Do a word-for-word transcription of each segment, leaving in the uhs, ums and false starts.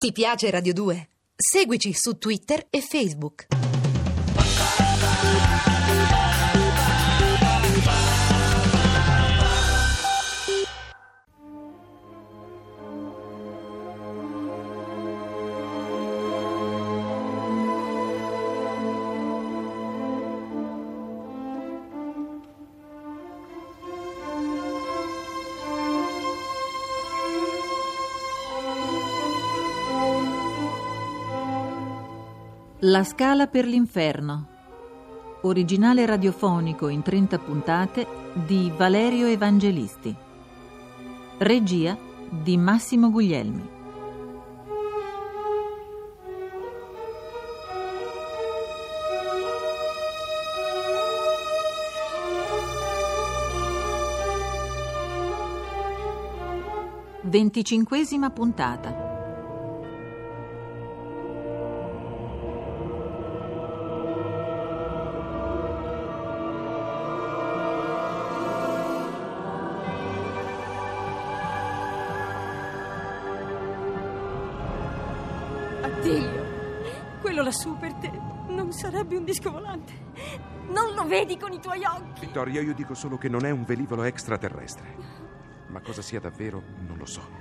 Ti piace Radio due? Seguici su Twitter e Facebook. La Scala per l'inferno, originale radiofonico in trenta puntate di Valerio Evangelisti, regia di Massimo Guglielmi. Venticinquesima puntata. Dio, quello lassù per te non sarebbe un disco volante. Non lo vedi con i tuoi occhi. Vittoria, io dico solo che non è un velivolo extraterrestre. Ma cosa sia davvero, non lo so.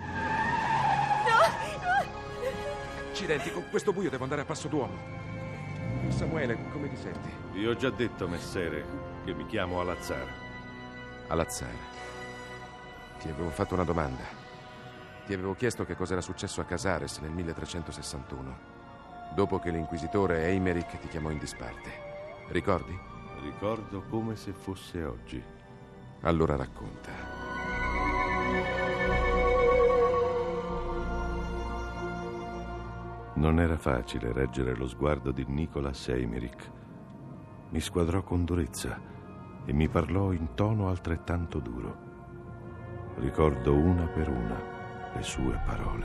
Accidenti, con questo buio devo andare a passo d'uomo. Samuele, come ti senti? Vi ho già detto, messere, che mi chiamo Alazzar. Alazzar, ti avevo fatto una domanda. Ti avevo chiesto che cosa era successo a Casares nel milletrecentosessantuno, dopo che l'inquisitore Eimerick ti chiamò in disparte. Ricordi? Ricordo come se fosse oggi. Allora racconta. Non era facile reggere lo sguardo di Nicholas Eimerick. Mi squadrò con durezza e mi parlò in tono altrettanto duro. Ricordo una per una le sue parole.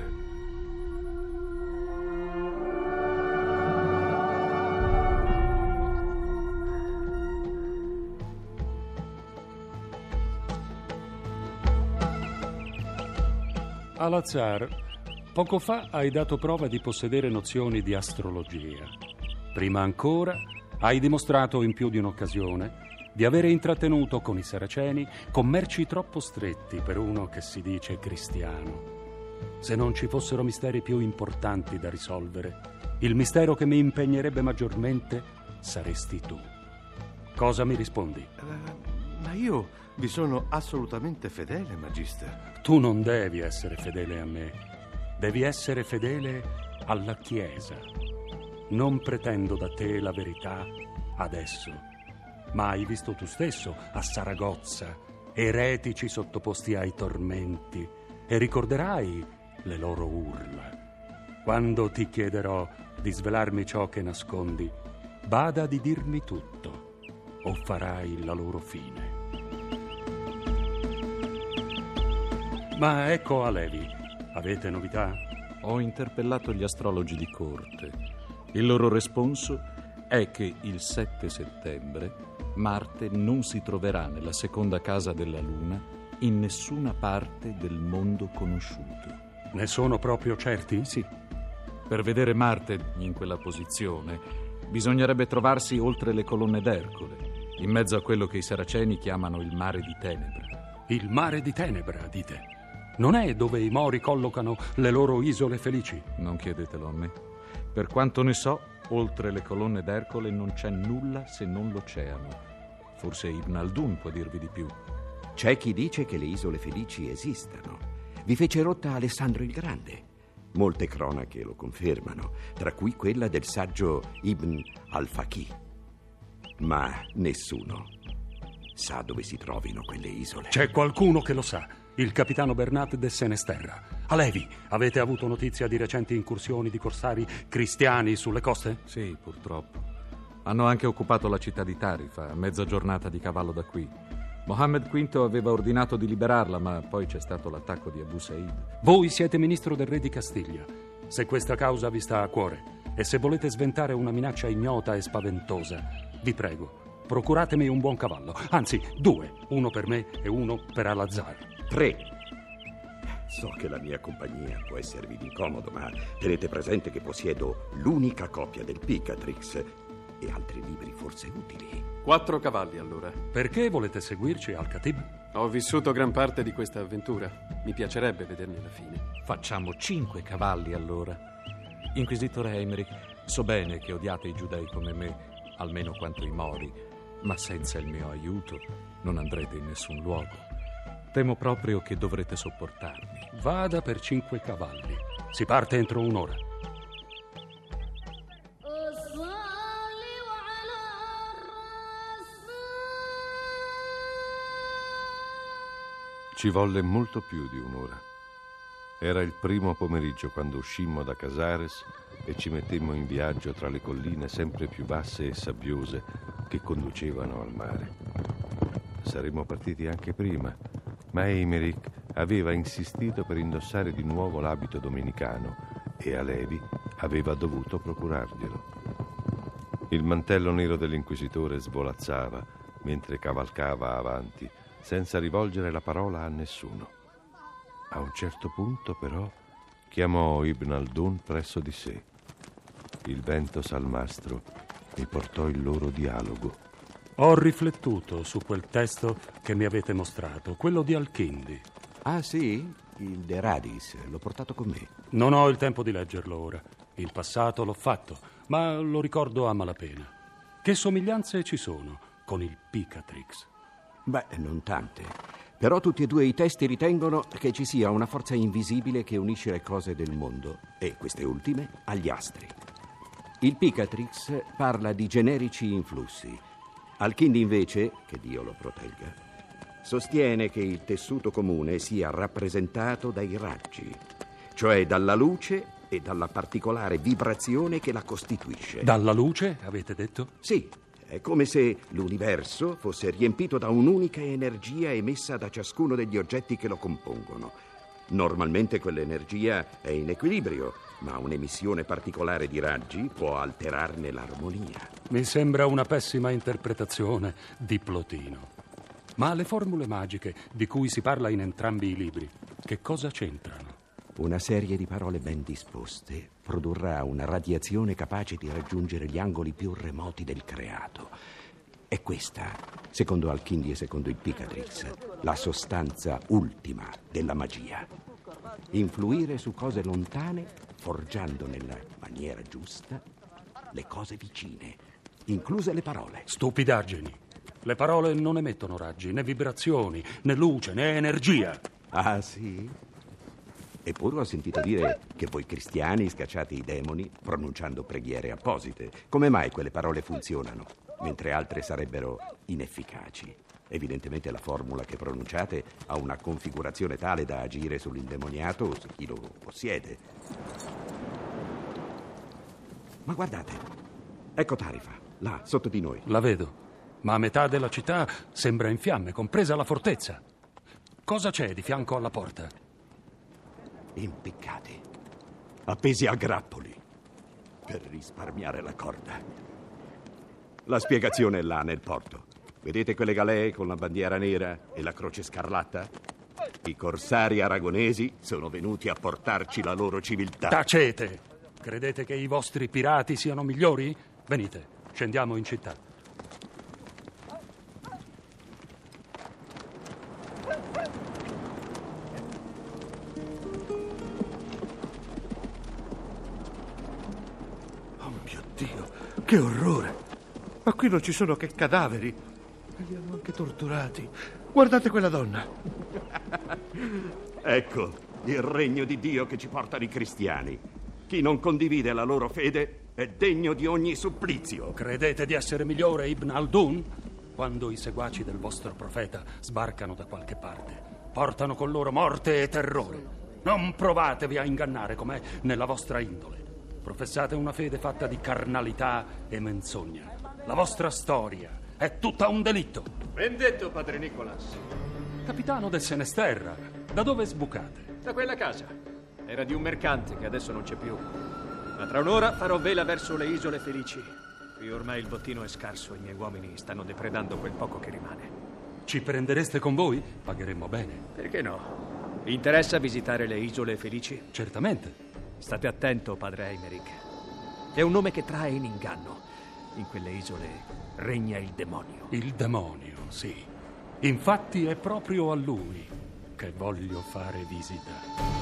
Alazzar, poco fa hai dato prova di possedere nozioni di astrologia. Prima ancora hai dimostrato in più di un'occasione di avere intrattenuto con i saraceni commerci troppo stretti per uno che si dice cristiano. Se non ci fossero misteri più importanti da risolvere, il mistero che mi impegnerebbe maggiormente saresti tu. Cosa mi rispondi? Uh, ma io vi sono assolutamente fedele, Magister. Tu non devi essere fedele a me, devi essere fedele alla Chiesa. Non pretendo da te la verità adesso, ma hai visto tu stesso a Saragozza eretici sottoposti ai tormenti e ricorderai le loro urla. Quando ti chiederò di svelarmi ciò che nascondi, bada di dirmi tutto, o farai la loro fine. Ma ecco Alevi, avete novità? Ho interpellato gli astrologi di corte. Il loro responso è che il sette settembre Marte non si troverà nella seconda casa della Luna in nessuna parte del mondo conosciuto. Ne sono proprio certi? Sì. Per vedere Marte in quella posizione bisognerebbe trovarsi oltre le colonne d'Ercole, in mezzo a quello che i saraceni chiamano il mare di Tenebra. Il mare di Tenebra, dite? Non è dove i Mori collocano le loro isole felici? Non chiedetelo a me. Per quanto ne so, oltre le colonne d'Ercole non c'è nulla se non l'oceano. Forse Ibn Aldun può dirvi di più. C'è chi dice che le isole felici esistano. Vi fece rotta Alessandro il Grande. Molte cronache lo confermano, tra cui quella del saggio Ibn al-Faqih. Ma nessuno sa dove si trovino quelle isole. C'è qualcuno che lo sa. Il capitano Bernat de Senesterra. Alevi, avete avuto notizia di recenti incursioni di corsari cristiani sulle coste? Sì, purtroppo. Hanno anche occupato la città di Tarifa, a mezza giornata di cavallo da qui. Mohammed V aveva ordinato di liberarla, ma poi c'è stato l'attacco di Abu Said. Voi siete ministro del re di Castiglia. Se questa causa vi sta a cuore e se volete sventare una minaccia ignota e spaventosa, vi prego, procuratemi un buon cavallo. Anzi, due, uno per me e uno per Alazzar. Tre. So che la mia compagnia può esservi d'incomodo, ma tenete presente che possiedo l'unica copia del Picatrix e altri libri forse utili. Quattro cavalli, allora. Perché volete seguirci, Al-Khatib? Ho vissuto gran parte di questa avventura. Mi piacerebbe vederne la fine. Facciamo cinque cavalli, allora. Inquisitore Eymerich, so bene che odiate i giudei come me, almeno quanto i mori, ma senza il mio aiuto non andrete in nessun luogo. Temo proprio che dovrete sopportarmi. Vada per cinque cavalli. Si parte entro un'ora. Ci volle molto più di un'ora. Era il primo pomeriggio quando uscimmo da Casares e ci mettemmo in viaggio tra le colline sempre più basse e sabbiose che conducevano al mare. Saremmo partiti anche prima, ma Eymerich aveva insistito per indossare di nuovo l'abito domenicano e Alevi aveva dovuto procurarglielo. Il mantello nero dell'inquisitore svolazzava mentre cavalcava avanti, senza rivolgere la parola a nessuno. A un certo punto, però, chiamò Ibn Aldun presso di sé. Il vento salmastro mi portò il loro dialogo. Ho riflettuto su quel testo che mi avete mostrato, quello di Al-Kindi. Ah sì? Il De Radis, l'ho portato con me. Non ho il tempo di leggerlo ora. In passato l'ho fatto, ma lo ricordo a malapena. Che somiglianze ci sono con il Picatrix? Beh, non tante. Però tutti e due i testi ritengono che ci sia una forza invisibile che unisce le cose del mondo, e queste ultime agli astri. Il Picatrix parla di generici influssi. Al-Kindi invece, che Dio lo protegga, sostiene che il tessuto comune sia rappresentato dai raggi, cioè dalla luce e dalla particolare vibrazione che la costituisce. Dalla luce, avete detto? Sì. È come se l'universo fosse riempito da un'unica energia emessa da ciascuno degli oggetti che lo compongono. Normalmente quell'energia è in equilibrio, ma un'emissione particolare di raggi può alterarne l'armonia. Mi sembra una pessima interpretazione di Plotino. Ma le formule magiche di cui si parla in entrambi i libri, che cosa c'entrano? Una serie di parole ben disposte produrrà una radiazione capace di raggiungere gli angoli più remoti del creato. È questa, secondo Al-Kindi e secondo il Picatrix, la sostanza ultima della magia. Influire su cose lontane, forgiando nella maniera giusta le cose vicine, incluse le parole. Stupidaggini. Le parole non emettono raggi, né vibrazioni, né luce, né energia. Ah, sì? Eppure ho sentito dire che voi cristiani scacciate i demoni pronunciando preghiere apposite. Come mai quelle parole funzionano, mentre altre sarebbero inefficaci? Evidentemente la formula che pronunciate ha una configurazione tale da agire sull'indemoniato o su chi lo possiede. Ma guardate, ecco Tarifa, là, sotto di noi. La vedo, ma a metà della città sembra in fiamme, compresa la fortezza. Cosa c'è di fianco alla porta? Impiccati, appesi a grappoli, per risparmiare la corda. La spiegazione è là nel porto. Vedete quelle galee con la bandiera nera e la croce scarlatta? I corsari aragonesi sono venuti a portarci la loro civiltà. Tacete! Credete che i vostri pirati siano migliori? Venite, scendiamo in città. Che orrore! Ma qui non ci sono che cadaveri. E li hanno anche torturati. Guardate quella donna. Ecco, il regno di Dio che ci portano i cristiani. Chi non condivide la loro fede è degno di ogni supplizio. Credete di essere migliore, Ibn Aldun? Quando i seguaci del vostro profeta sbarcano da qualche parte, portano con loro morte e terrore. Non provatevi a ingannare com'è nella vostra indole. Professate una fede fatta di carnalità e menzogna. La vostra storia è tutta un delitto. Ben detto, padre Nicolas. Capitano del Senesterra, da dove sbucate? Da quella casa. Era di un mercante che adesso non c'è più. Ma tra un'ora farò vela verso le isole Felici. Qui ormai il bottino è scarso e i miei uomini stanno depredando quel poco che rimane. Ci prendereste con voi? Pagheremmo bene. Perché no? Vi interessa visitare le Isole Felici? Certamente. State attento, padre Eimerick. È un nome che trae in inganno. In quelle isole regna il demonio. Il demonio, sì. Infatti è proprio a lui che voglio fare visita.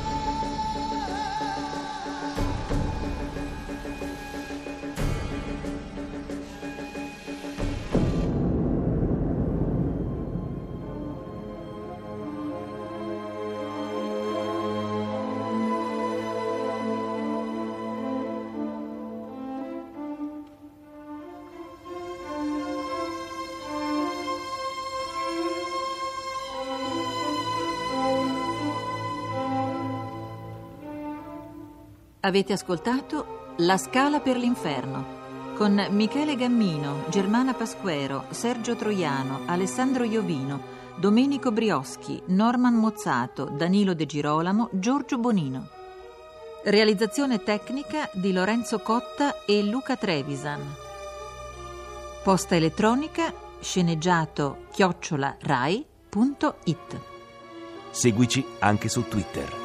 Avete ascoltato La Scala per l'Inferno con Michele Gammino, Germana Pasquero, Sergio Troiano, Alessandro Iovino, Domenico Brioschi, Norman Mozzato, Danilo De Girolamo, Giorgio Bonino. Realizzazione tecnica di Lorenzo Cotta e Luca Trevisan. Posta elettronica sceneggiato chiocciola rai punto it. Seguici anche su Twitter.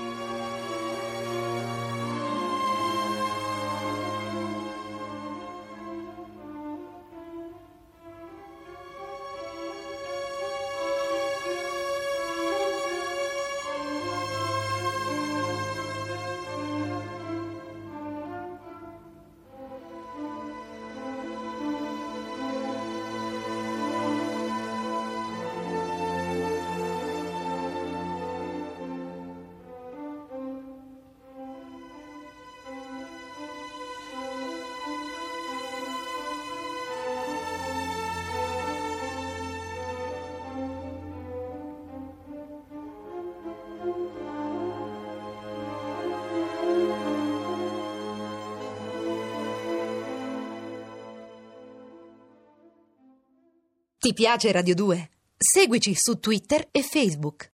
Ti piace Radio due? Seguici su Twitter e Facebook.